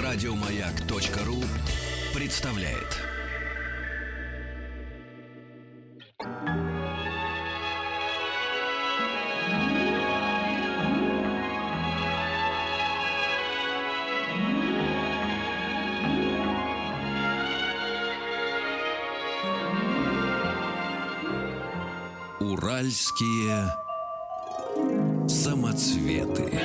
Радиомаяк.ру представляет. Уральские самоцветы.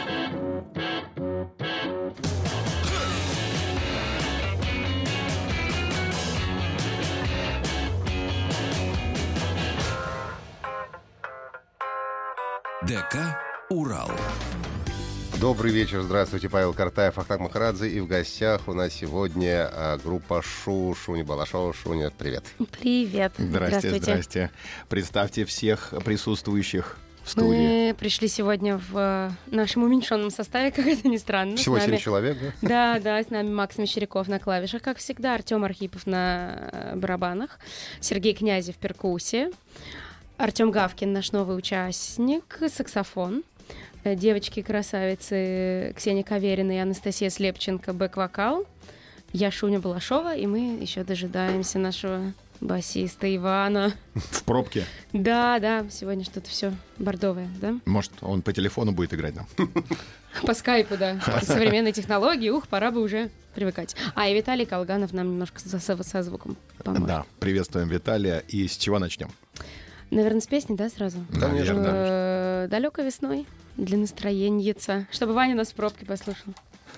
ДК «Урал». Добрый вечер, здравствуйте, Павел Картаев, Ахтанг Махарадзе. И в гостях у нас сегодня группа Шуни Балашова. Шуня, привет. Привет. Здрасте. Представьте всех присутствующих в студии. Мы пришли сегодня в нашем уменьшенном составе, как это ни странно. Всего 7 нами... человек, да? Да, с нами Макс Мещеряков на клавишах, как всегда, Артем Архипов на барабанах, Сергей Князев в перкуссии, Артем Гавкин, наш новый участник, саксофон, девочки-красавицы Ксения Каверина и Анастасия Слепченко, бэк-вокал, я Шуня Балашова, и мы еще дожидаемся нашего басиста Ивана. В пробке? Да, сегодня что-то все бордовое, да? Может, он по телефону будет играть нам? По скайпу, да. Современные технологии, пора бы уже привыкать. И Виталий Колганов нам немножко со звуком поможет. Да, приветствуем Виталия. И с чего начнем? Наверное, с песни, да, сразу? Наверное. «Далекой весной» для настроеньица. Чтобы Ваня нас в пробке послушал.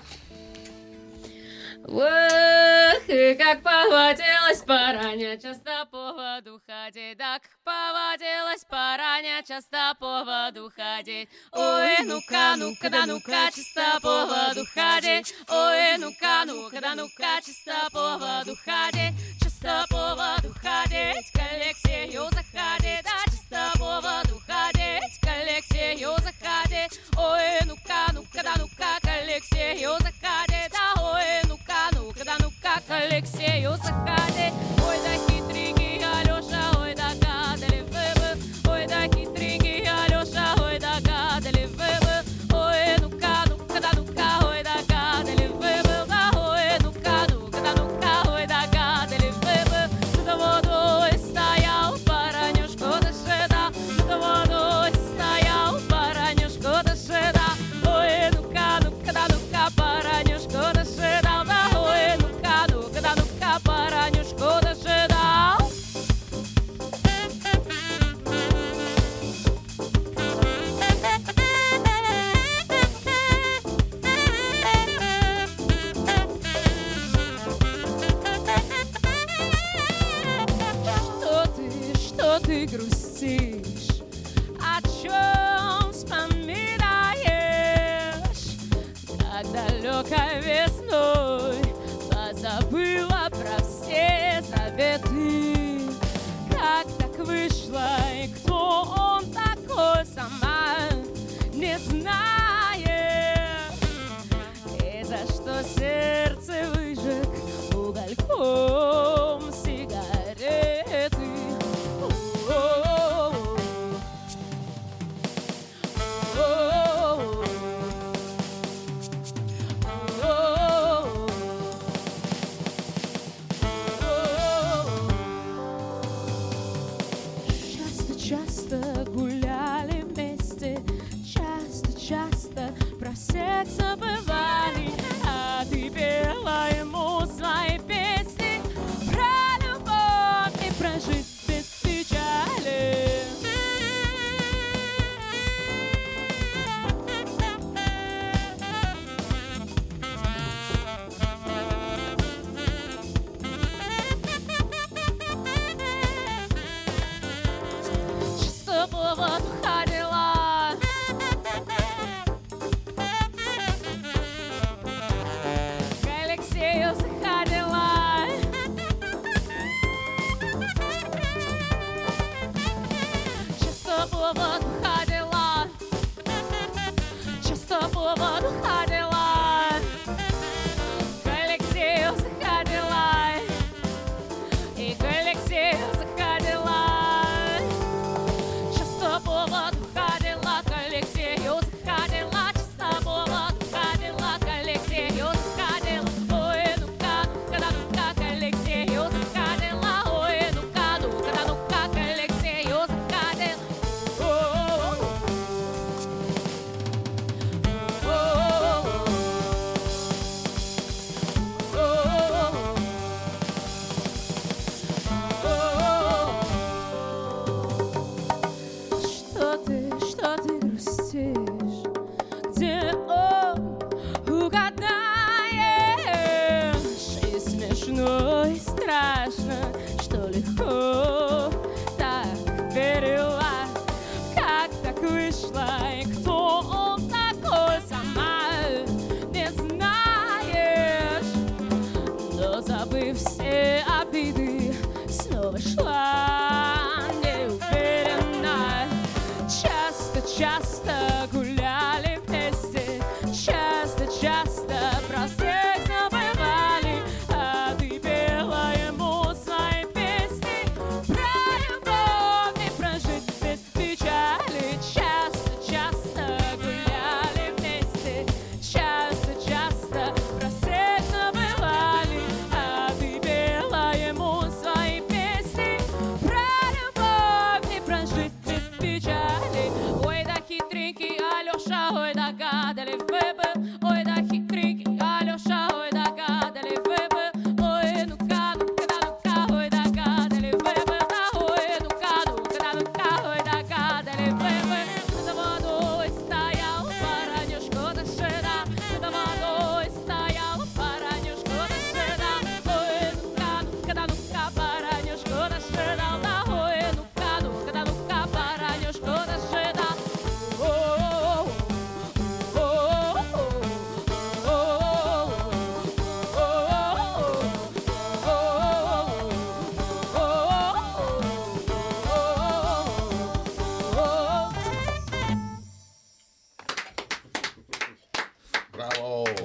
Ох, как повадилась пораня, часто по воду ходить. Так повадилась пораня, часто по воду ходить. Ой, ну-ка, да ну-ка, часто по воду ходить. Ой, ну-ка, да ну-ка, часто по воду ходить. Часто по воду ходить, к Алексею заходить. Да, часто по воду ходить, к Алексею заходить. Ой, ну-ка, да ну-ка, к Алексею заходить. Да, ой, ну-ка, да ну-ка, к Алексею заходить. Ой, да хитренький Алёша, ой, да гадливый был. Ой, да хитренький Алёша, ой, да гадливый был. Ой, ну-ка, да ну-ка, ой, да гадливый был. Да, ой, ну-ка, да ну-ка, ой, да гадливый был. За водой стоял, баранюшку дожидал. За водой стоял, баранюшку дожидал.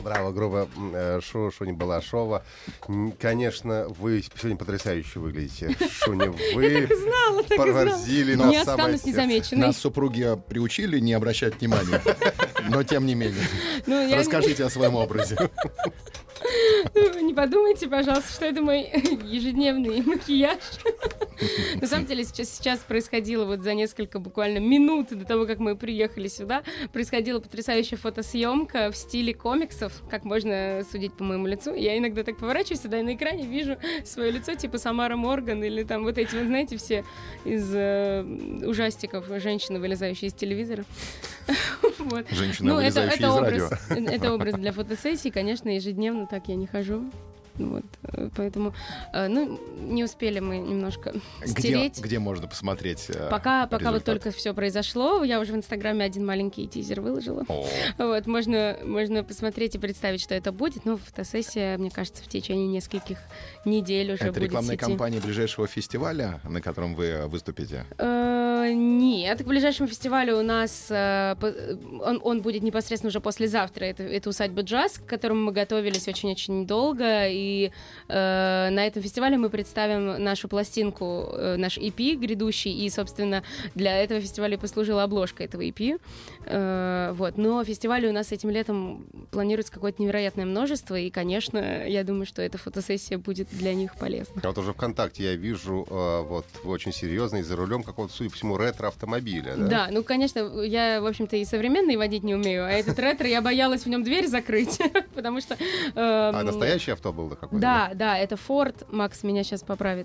Браво, группа Шуня Балашова. Конечно, вы сегодня потрясающе выглядите. Шуня, вы поразили нас. Не останусь незамеченной. Нас супруги приучили не обращать внимания. Но тем не менее. Расскажите о своем образе. Не подумайте, пожалуйста, что это мой ежедневный макияж. На самом деле сейчас происходило вот за несколько буквально минут до того, как мы приехали сюда, происходила потрясающая фотосъемка в стиле комиксов, как можно судить по моему лицу. Я иногда так поворачиваюсь сюда и на экране вижу свое лицо, типа Самара Морган или там вот эти, вы знаете, все из ужастиков, женщины, вылезающие из телевизора. Женщина, вылезающая из радио. Это образ для фотосессии, конечно, ежедневно так я не хожу. Вот, поэтому, не успели мы немножко стереть. Где можно посмотреть Пока вот только все произошло, я уже в Инстаграме один маленький тизер выложила. Вот, можно посмотреть и представить, что это будет. Но фотосессия, мне кажется, в течение нескольких недель уже будет. Это рекламная кампания ближайшего фестиваля, на котором вы выступите? Нет, к ближайшему фестивалю у нас он будет непосредственно уже послезавтра. Это усадьба «Джаз», к которому мы готовились очень-очень долго. И на этом фестивале мы представим нашу пластинку, наш EP грядущий. И, собственно, для этого фестиваля послужила обложка этого EP. Вот. Но фестивалей у нас этим летом планируется какое-то невероятное множество. И, конечно, я думаю, что эта фотосессия будет для них полезна. А вот уже ВКонтакте я вижу, вот вы очень серьезный, за рулем какого-то, судя по всему, ретро-автомобиля, да? Да, ну, конечно, я, в общем-то, и современный водить не умею, а этот ретро, я боялась в нем дверь закрыть, потому что... А настоящий авто был какой-то? Да, это Ford, Макс меня сейчас поправит.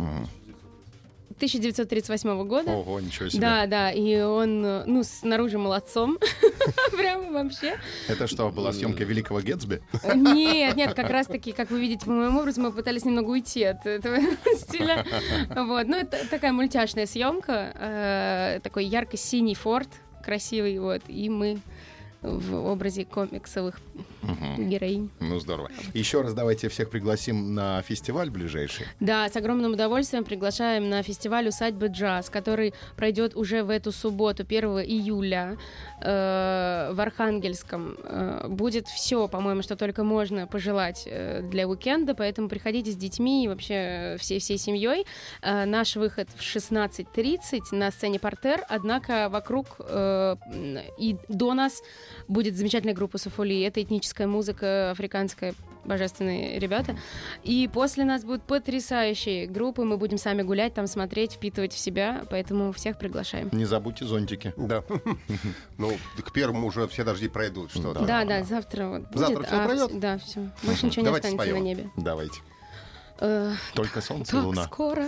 1938 года. Ого, ничего себе. Да, и он, снаружи молодцом. Прямо вообще. Это что, была съемка Великого Гэтсби? Нет, как раз-таки, как вы видите по моему образу, мы пытались немного уйти от этого стиля. Вот, это такая мультяшная съемка, такой ярко-синий Ford, красивый, вот, и мы в образе комиксовых героинь. Ну, здорово. Еще раз давайте всех пригласим на фестиваль ближайший. Да, с огромным удовольствием приглашаем на фестиваль «Усадьба «Джаз», который пройдет уже в эту субботу, 1 июля, в Архангельском. Будет все, по-моему, что только можно пожелать для уикенда, поэтому приходите с детьми и вообще всей семьей. Наш выход в 16:30 на сцене «Партер», однако вокруг и до нас будет замечательная группа «Софоли». Это этническая музыка, африканская, божественные ребята. И после нас будут потрясающие группы. Мы будем сами гулять, там смотреть, впитывать в себя. Поэтому всех приглашаем. Не забудьте зонтики. Да. Ну, к первому уже все дожди пройдут. Что-то. Да, завтра вот будет. Завтра все пройдет? Да, все. Больше ничего не останется на небе. Давайте. Только солнце и так луна. Скоро.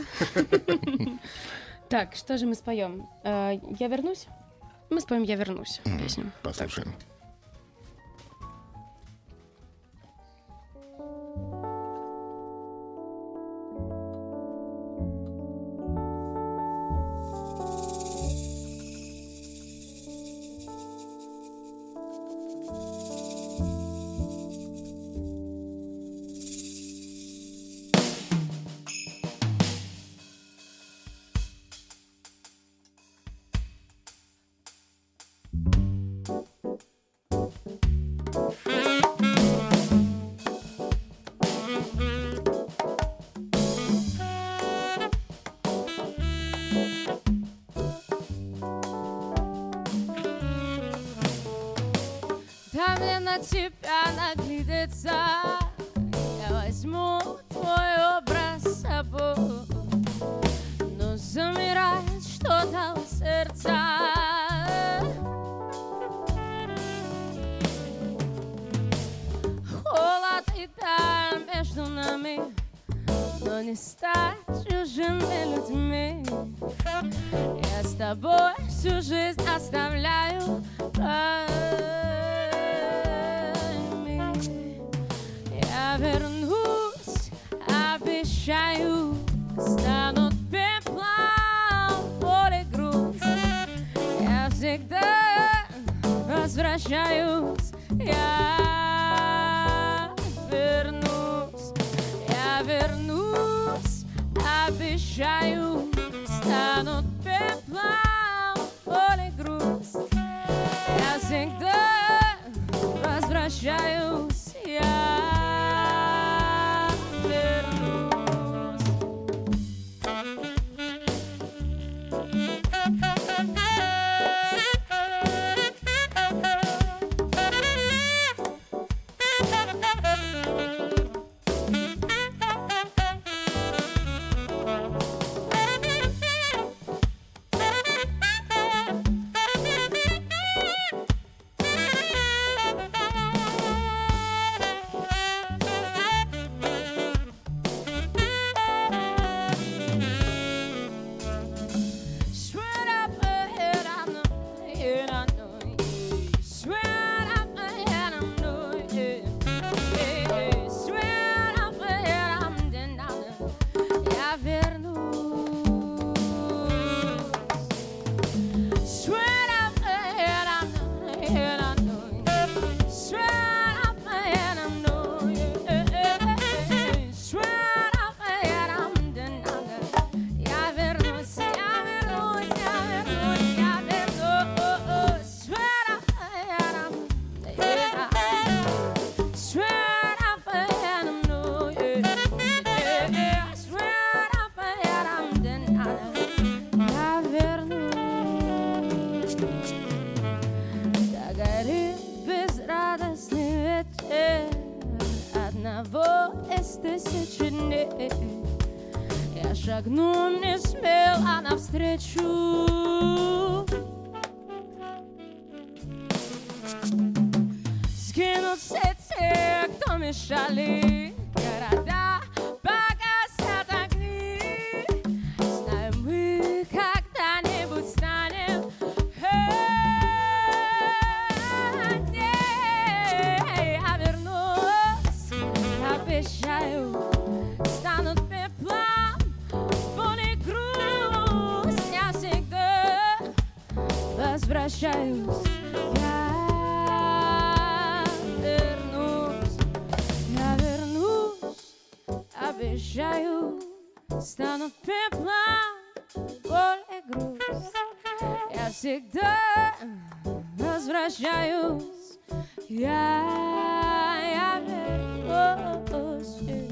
Так, что же мы споем? «Я вернусь»? Мы споем «Я вернусь» песню. Послушаем. Дай мне на тебя наглядеться, я возьму твой образ с собой, но замирает что-то у сердца. Холод и даль между нами, но не стать чужими людьми. Я с тобой всю жизнь оставляю. Я вернусь, обещаю, станут пеплом поле груз. Я всегда возвращаюсь. Я вернусь, обещаю, станут пеплом поле груз. Я всегда возвращаюсь. Я шагну не смело навстречу. Скинут все те, кто мешали. Города погасят огни. Знаем, мы когда-нибудь станем. Я вернусь, обещаю. Станут пеплом, боль и грусть. Я всегда возвращаюсь. Я вернусь, обещаю. Станут пеплом, боль и грусть. Я всегда возвращаюсь. Я вернусь.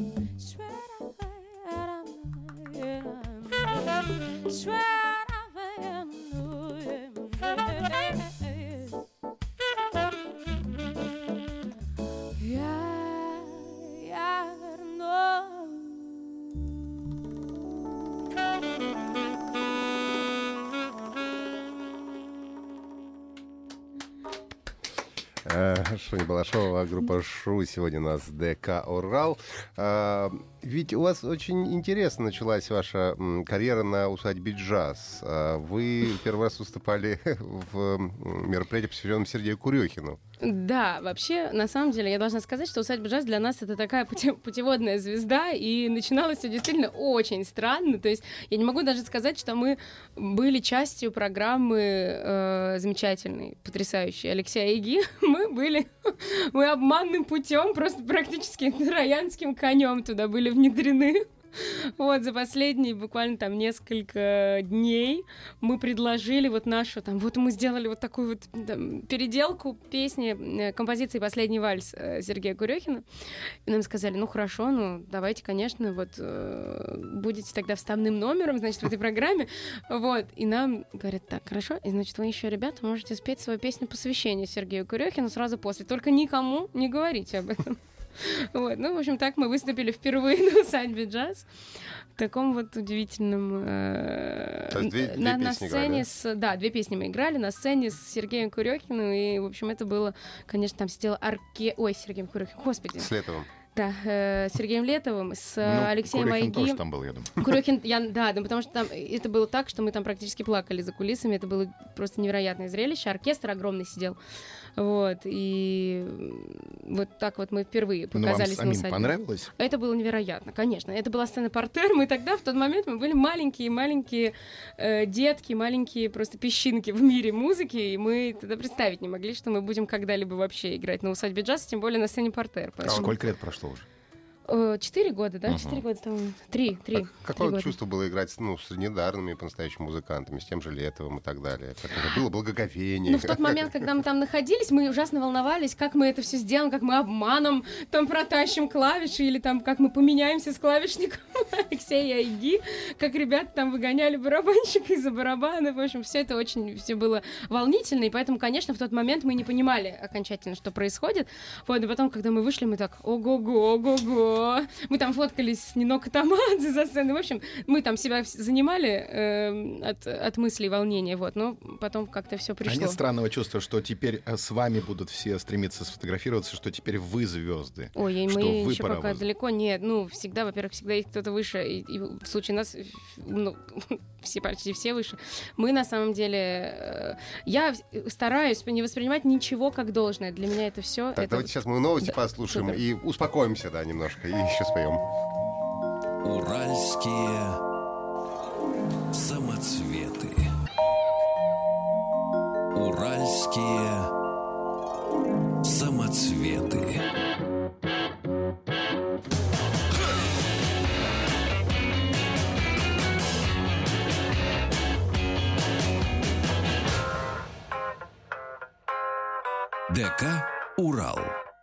Шуня Балашова, группа Шу. Сегодня у нас ДК «Урал». Ведь у вас очень интересно началась ваша карьера на усадьбе «Джаз». Вы первый раз выступали в мероприятии, посвященном Сергею Курехину. Да, вообще, на самом деле, я должна сказать, что усадьба «Джаз» для нас это такая путеводная звезда, и начиналось все действительно очень странно. То есть я не могу даже сказать, что мы были частью программы замечательной, потрясающей Алексея Айги. Мы обманным путем, просто практически троянским конем туда были внедрены. Вот, за последние буквально там несколько дней мы предложили вот нашу, там, вот мы сделали вот такую вот там, переделку песни, композиции «Последний вальс» Сергея Курехина. И нам сказали, ну хорошо, ну давайте, конечно, вот будете тогда вставным номером, значит, в этой программе. Вот, и нам говорят, так, хорошо, и значит, вы еще, ребята, можете спеть свою песню посвящения Сергею Курехину сразу после, только никому не говорите об этом. Вот, ну, в общем, так мы выступили впервые на усадьбе «Джаз». В таком вот удивительном... То есть две на песни сцене играли? Да, 2 песни мы играли на сцене с Сергеем Курехиным. И, в общем, это было, конечно, там сидела Сергеем Курехиным, господи. С Летовым. Да, с Сергеем Летовым, с Алексеем Курехин Айги. тоже там был, я думаю. Курехин, да, потому что там это было так, что мы там практически плакали за кулисами. Это было просто невероятное зрелище. Оркестр огромный сидел. Вот, и вот так вот мы впервые показались на усадьбе. Вам самим понравилось? Это было невероятно, конечно. Это была сцена «Партер». Мы тогда, в тот момент, мы были маленькие детки, маленькие просто песчинки в мире музыки, и мы тогда представить не могли, что мы будем когда-либо вообще играть на усадьбе «Джаз», тем более на сцене «Партер». А сколько лет прошло уже? 4 года, да? 4 года тому. 3. Какое чувство было играть с среднедарными по-настоящему музыкантами, с тем же Летовым и так далее? Как это было благоговение? Ну, в тот момент, когда мы там находились, мы ужасно волновались, как мы это все сделаем, как мы обманом там протащим клавиши, или там как мы поменяемся с клавишником Алексея Айги, как ребята там выгоняли барабанщика из-за барабана. В общем, все это все было волнительно, и поэтому, конечно, в тот момент мы не понимали окончательно, что происходит. Вот, и потом, когда мы вышли, мы так, ого-го, ого-го. Мы там фоткались с Нино Катамадзе за сценой. В общем, мы там себя занимали от мыслей и волнения, вот, но потом как-то все пришло. А нет странного чувства, что теперь с вами будут все стремиться сфотографироваться, что теперь вы звезды? Ой, что мы вы еще пока далеко нет. Ну, всегда, во-первых, всегда есть кто-то выше, и в случае нас, ну, почти все выше. Мы, на самом деле, я стараюсь не воспринимать ничего как должное. Для меня это все. Так, давайте сейчас мы новости послушаем и успокоимся, да, немножко. И еще споем. Уральские самоцветы. Уральские ДК «Урал».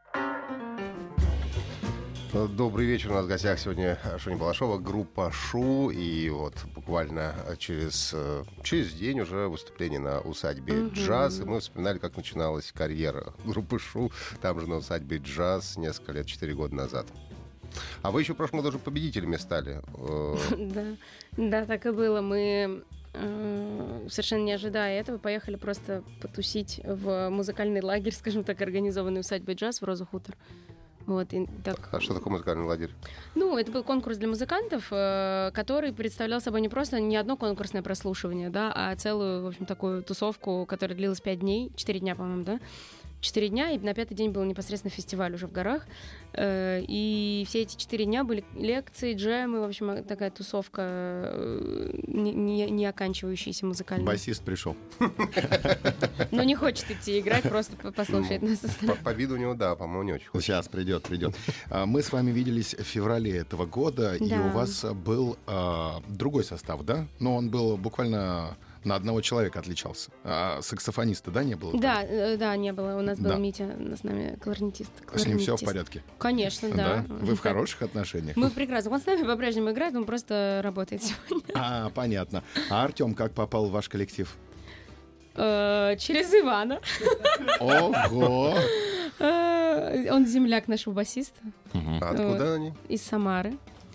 Добрый вечер. У нас в гостях сегодня Шуня Балашова, группа «Шу». И вот буквально через день уже выступление на усадьбе «Джаз». И мы вспоминали, как начиналась карьера группы «Шу». Там же на усадьбе «Джаз» несколько лет, 4 года назад. А вы еще в прошлом году уже победителями стали. Да, так и было. Мы, совершенно не ожидая этого, поехали просто потусить в музыкальный лагерь, скажем так, организованный усадьбой «Джаз» в Роза Хутор. Вот, так... А что такое музыкальный лагерь? Ну, это был конкурс для музыкантов, который представлял собой не просто не одно конкурсное прослушивание, да, а целую, в общем, такую тусовку, которая длилась 5 дней, 4 дня, по-моему, да? 4 дня, и на 5-й день был непосредственно фестиваль уже в горах. И все эти 4 дня были лекции, джемы, в общем, такая тусовка, не оканчивающаяся музыкальная. Басист пришел. Ну, не хочет идти играть, просто послушает нас. По виду у него, да, по-моему, не очень хочет. Сейчас придет. Мы с вами виделись в феврале этого года, и у вас был другой состав, да? Но он был буквально... На одного человека отличался. А саксофониста, да, не было? Да, не было. У нас был Митя, с нами кларнетист. С ним все в порядке? Конечно, да. Вы в хороших отношениях? Мы прекрасно. Он с нами по-прежнему играет, он просто работает сегодня. Понятно. А Артем как попал в ваш коллектив? Через Ивана. Ого! Он земляк нашего басиста. А откуда они? Из Самары.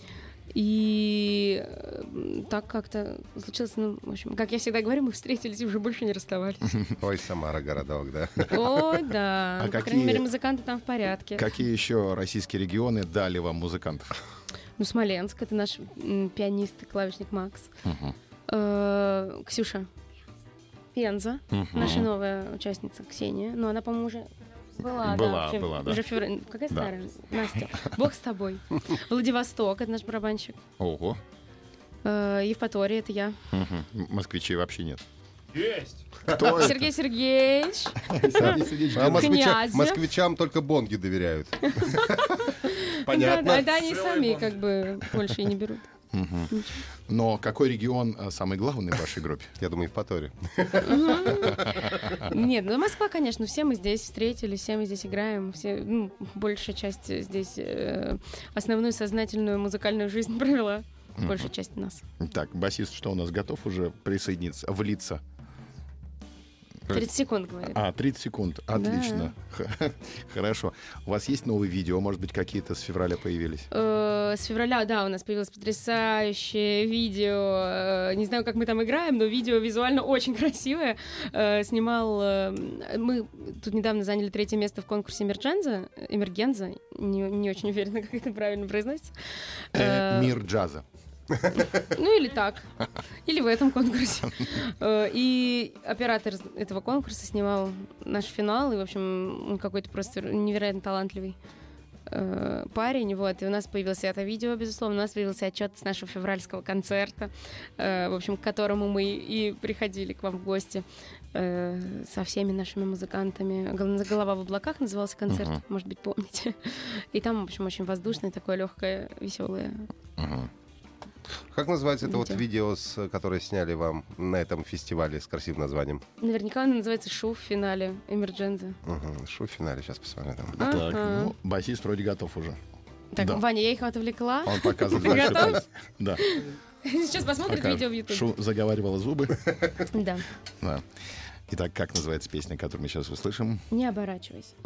И так как-то случилось, в общем, как я всегда говорю, мы встретились и уже больше не расставались. Ой, Самара, городок, да? Ой, да. По крайней мере, музыканты там в порядке. Какие еще российские регионы дали вам музыкантов? Ну, Смоленск, это наш пианист и клавишник Макс. Ксюша. Пенза, наша новая участница Ксения. Но она, по-моему, уже... Была, да. Уже февраль. Какая старая? Настя. Бог с тобой. Владивосток, это наш барабанщик. Ого. Евпатория, это я. Москвичей вообще нет. Есть. Кто это? Сергей Сергеевич. Москвичам только бонги доверяют. Понятно. Да, они сами как бы больше и не берут. Но какой регион самый главный в вашей группе? Я думаю, Евпатория. Нет, ну Москва, конечно, все мы здесь встретились, все мы здесь играем, все, большая часть здесь основную сознательную музыкальную жизнь провела, большая часть нас. Так, басист что у нас, готов уже присоединиться, влиться? 30 секунд, говорит. 30 секунд. Отлично. Да. Хорошо. У вас есть новые видео? Может быть, какие-то с февраля появились? С февраля, да, у нас появилось потрясающее видео. Не знаю, как мы там играем, но видео визуально очень красивое. Снимал... Мы тут недавно заняли 3-е место в конкурсе Эмергенза. Не очень уверена, как это правильно произносится. Мир джаза. Ну, или так. Или в этом конкурсе. И оператор этого конкурса снимал наш финал. И, в общем, он какой-то просто невероятно талантливый парень. Вот. И у нас появилось это видео, безусловно. У нас появился отчет с нашего февральского концерта, в общем, к которому мы и приходили к вам в гости со всеми нашими музыкантами. «Голова в облаках» назывался концерт, может быть, помните. И там, в общем, очень воздушное, такое легкое, веселое. Как называется это вот видео, которое сняли вам на этом фестивале с красивым названием? Наверняка оно называется «Шу» в финале Эмердженза. «Шу» в финале, сейчас посмотрим. Так, басист вроде готов уже. Так, да. Ваня, я их отвлекла. Он показывает большой палец. Да. Сейчас посмотрит видео в YouTube. Шу заговаривала зубы. Да. Итак, как называется песня, которую мы сейчас услышим? «Не оборачивайся».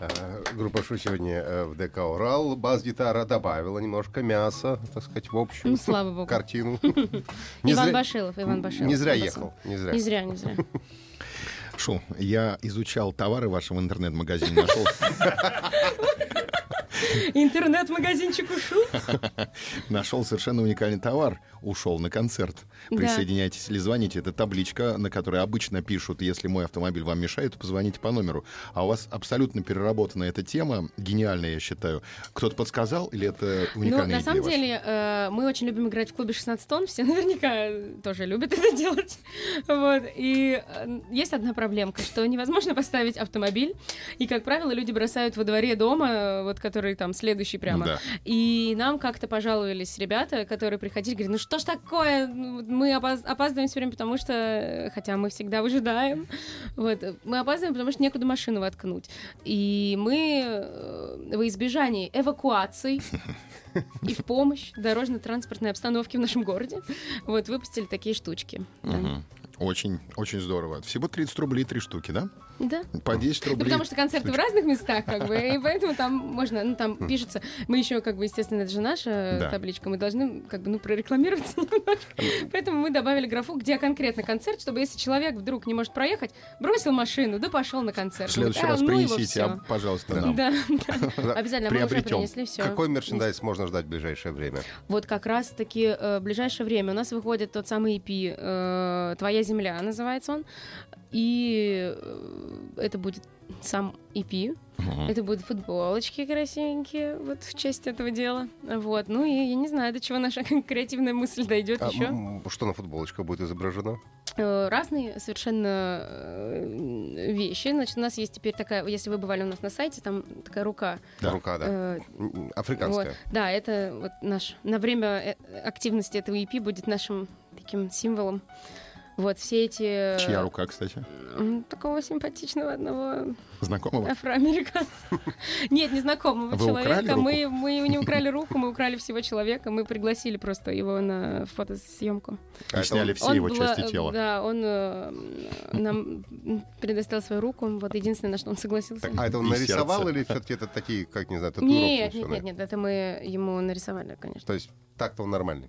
Группа Шу сегодня в ДК «Урал». Бас-гитара добавила немножко мяса, так сказать, в общую слава богу. картину. Иван Башилов. Не зря ехал. Не зря. Шу, я изучал товары в вашем интернет-магазине, нашел... Интернет-магазинчик ушел. Нашел совершенно уникальный товар. Ушел на концерт. Присоединяйтесь или звоните. Это табличка, на которой обычно пишут: если мой автомобиль вам мешает, то позвоните по номеру. А у вас абсолютно переработана эта тема. Гениальная, я считаю. Кто-то подсказал или это уникальная идея? На самом деле, мы очень любим играть в клубе 16 тонн. Все наверняка тоже любят это делать. Вот. И есть одна проблемка, что невозможно поставить автомобиль. И, как правило, люди бросают во дворе дома, вот который там следующий прямо. Да. И нам как-то пожаловались ребята, которые приходили, говорят: ну что ж такое, мы опаздываем все время, потому что, хотя мы всегда выжидаем, вот, мы опаздываем, потому что некуда машину воткнуть. И мы во избежание эвакуаций и в помощь дорожно-транспортной обстановке в нашем городе вот, выпустили такие штучки. Да. Очень, очень здорово. Всего 30 рублей 3 штуки, да? Да. По 10 рублей. Ну, потому что концерты в разных местах, как бы, и поэтому там можно, ну, там пишется. Мы еще, как бы, естественно, это же наша табличка, мы должны, как бы, ну, прорекламироваться немножко. Поэтому мы добавили графу, где конкретно концерт, чтобы если человек вдруг не может проехать, бросил машину, да пошел на концерт. В следующий раз принесите, пожалуйста, нам. Да. Обязательно, мы уже принесли все. Какой мерчендайз можно ждать в ближайшее время? Вот как раз-таки в ближайшее время у нас выходит тот самый EP «Твоя земля» называется он. И это будет сам EP. Это будут футболочки красивенькие, вот в честь этого дела. Вот. Ну и я не знаю, до чего наша креативная мысль дойдет еще. Что на футболочках будет изображено? Разные совершенно вещи. Значит, у нас есть теперь такая, если вы бывали у нас на сайте, там такая рука. Да, рука, да. Африканская. Вот. Да, это вот наш, на время активности этого EP будет нашим таким символом. Вот все эти... Чья рука, кстати? Такого симпатичного одного... Знакомого? Афроамериканца. Нет, незнакомого человека. Мы не украли руку, мы украли всего человека. Мы пригласили просто его на фотосъемку. И сняли все его части тела. Да, он нам предоставил свою руку. Вот единственное, на что он согласился. А это он нарисовал или все-таки это такие, как, не знаю, татуировки? Нет, это мы ему нарисовали, конечно. То есть так-то он нормальный?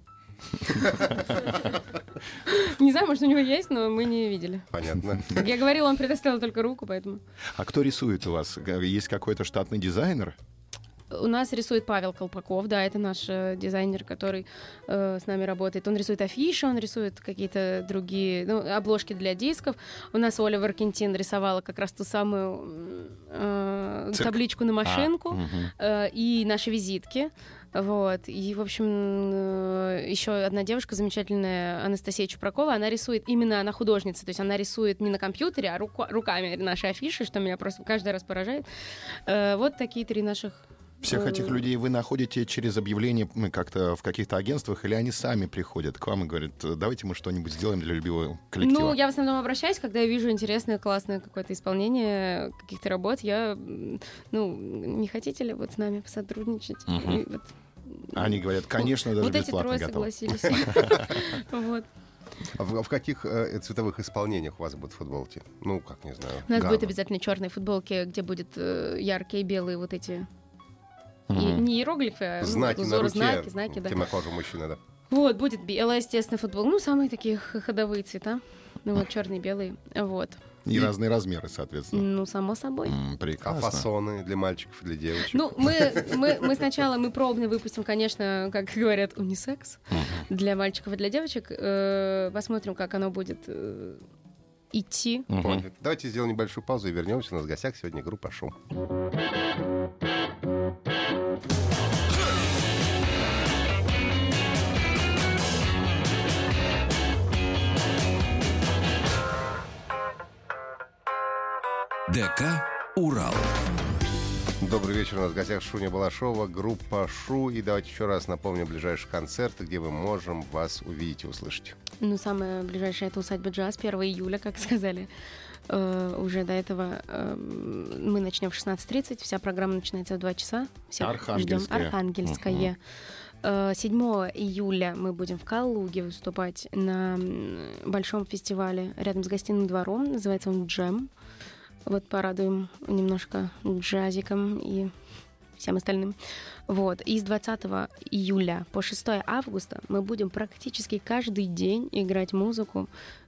Не знаю, может, у него есть, но мы не видели. Понятно. Как я говорила, он предоставил только руку, поэтому... А кто рисует у вас? Есть какой-то штатный дизайнер? У нас рисует Павел Колпаков, да, это наш дизайнер, который с нами работает. Он рисует афиши, он рисует какие-то другие, обложки для дисков. У нас Оля Варкентин рисовала как раз ту самую табличку на машинку и наши визитки. Вот. И, в общем, еще одна девушка замечательная, Анастасия Чупракова, она рисует, именно она художница, то есть она рисует не на компьютере, а руками наши афиши, что меня просто каждый раз поражает. Вот такие 3 наших... Всех этих людей вы находите через объявления как-то в каких-то агентствах, или они сами приходят к вам и говорят: давайте мы что-нибудь сделаем для любимого коллектива? Ну, я в основном обращаюсь, когда я вижу интересное, классное какое-то исполнение каких-то работ. Я, не хотите ли вот с нами посотрудничать? Они говорят: конечно, даже бесплатно готовы. Вот эти 3 согласились. В каких цветовых исполнениях у вас будут футболки? Ну, как, не знаю. У нас будет обязательно черные футболки, где будут яркие белые вот эти... Не иероглифы, а знаки на руке, знаки, да. темнокожий мужчина, да. Вот, будет белая, естественно, футбол. Самые такие ходовые цвета. Черные, белые, вот. И разные размеры, соответственно. Само собой. Прекрасно. А фасоны для мальчиков, для девочек? Мы сначала пробно выпустим, конечно, как говорят, унисекс для мальчиков и для девочек. Посмотрим, как оно будет идти. Давайте сделаем небольшую паузу и вернемся. У нас в гостях сегодня группа Шу. ДК «Урал». Добрый вечер. У нас в гостях Шуня Балашова, группа Шу. И давайте еще раз напомним ближайшие концерты, где мы можем вас увидеть и услышать. Самое ближайшее — это усадьба «Джаз», 1 июля, как сказали. Уже до этого мы начнем в 16:30. Вся программа начинается в 2 часа. Архангельская. 7 июля мы будем в Калуге выступать на большом фестивале рядом с гостиным двором. Называется он «Джем». Вот порадуем немножко джазиком и всем остальным. Вот. И с 20 июля по 6 августа мы будем практически каждый день играть музыку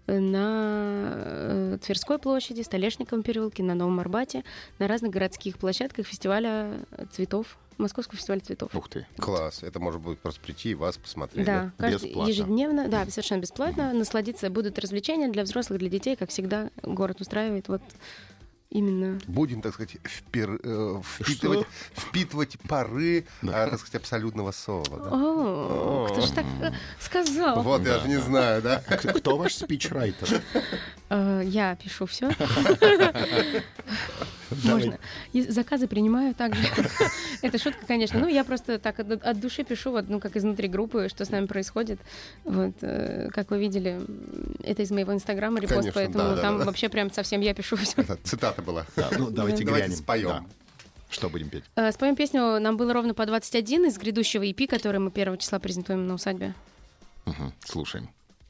на Тверской площади, Столешниковом переулке, на Новом Арбате, на разных городских площадках фестиваля цветов, Московского фестиваля цветов. Ух ты. Класс. Это может быть просто прийти и вас посмотреть. Да, Бесплатно. ежедневно, да, совершенно бесплатно. Насладиться будут развлечения для взрослых, для детей, как всегда город устраивает. Вот именно. Будем, так сказать, впитывать пары, так сказать, абсолютного соло. Да? О, кто же так сказал? Вот, я же не знаю, да? Кто ваш спичрайтер? Я пишу все. Можно. И заказы принимаю также. Это шутка, конечно. Ну, я просто так от души пишу, вот, ну, как изнутри группы, что с нами происходит. Вот, как вы видели, это из моего инстаграма репост, Конечно, поэтому да, там да. вообще прям совсем я пишу все. Это цитата была. Да, ну, давайте Давайте глянем. споем. Да. Что будем петь? Споем песню «Нам было ровно по 21» из грядущего EP, который мы 1 числа презентуем на усадьбе. Угу, слушаем.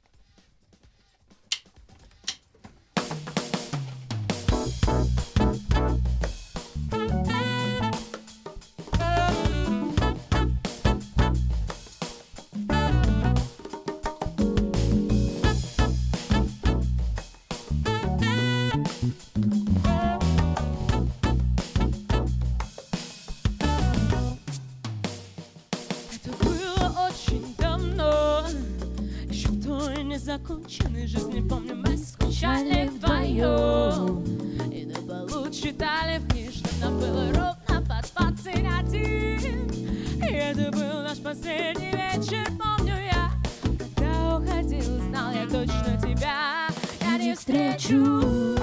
Законченной жизни, помню, мы скучали вдвоем. И до полу читали в книжке, нам было ровно по 21. И это был наш последний вечер, помню я. Когда уходил, знал я точно тебя я не встречу.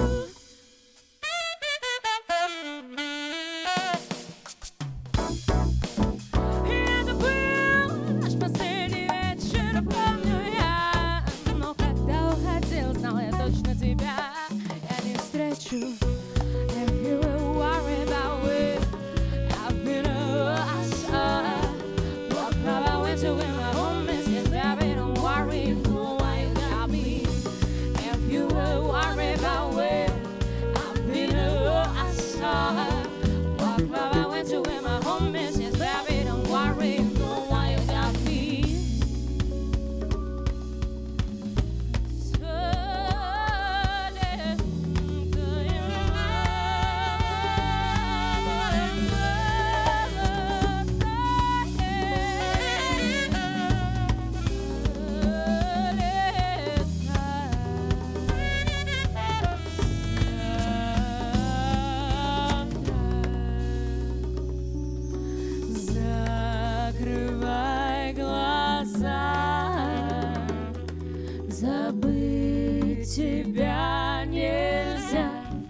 Забыть тебя нельзя.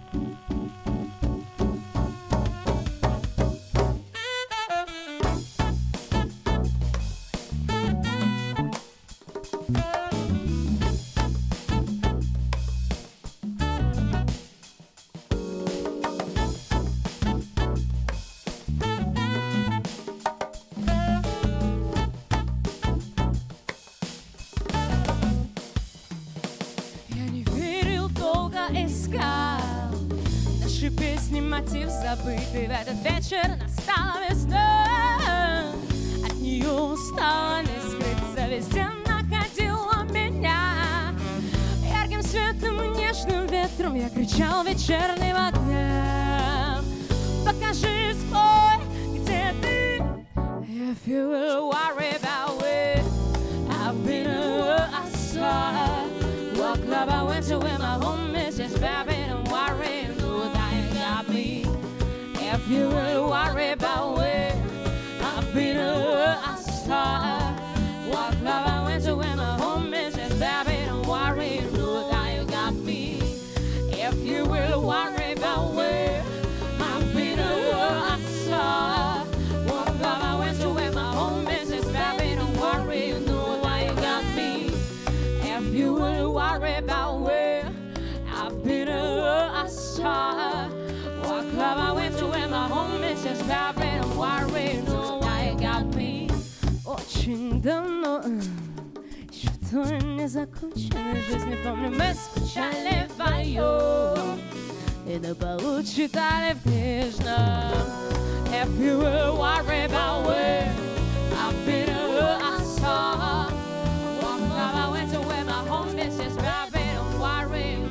Искал наши песни, мотив забытый. В этот вечер настала весна. От нее устала не скрыться, везде находила меня. Ярким светом и нежным ветром я кричал вечерним огням. Покажи, спой, где ты? If you will worry about it, I've been a star. Walk love, I went to where my home is. Just baby, don't worry, know that you got me. If you will worry about it, I've been a star. Walk love, I went to where my home is. Just baby, don't worry, know that you got me. If you will worry about it, I've been a star. Walk love, I went to where my home is. Just baby, don't worry, know that you got me. If you will worry about where I've been a star. Walk love, I went to where my home is. Just baby, don't worry, know why you got me. Очень давно, еще в той незаконченной жизни, помню, мы скучали вдвоем. И на полу читали в книжном. If you were worried about where I've been or I saw, walking around my window where my home is just rapping and worrying.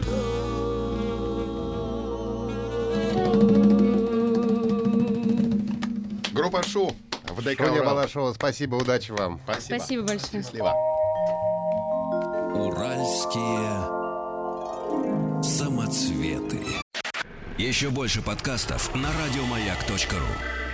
Группа Шу в ДК Шуня «Урал». Балашова, спасибо, удачи вам. Спасибо. Спасибо большое. Счастливо. Уральские самоцветы. Еще больше подкастов на радиомаяк.ру.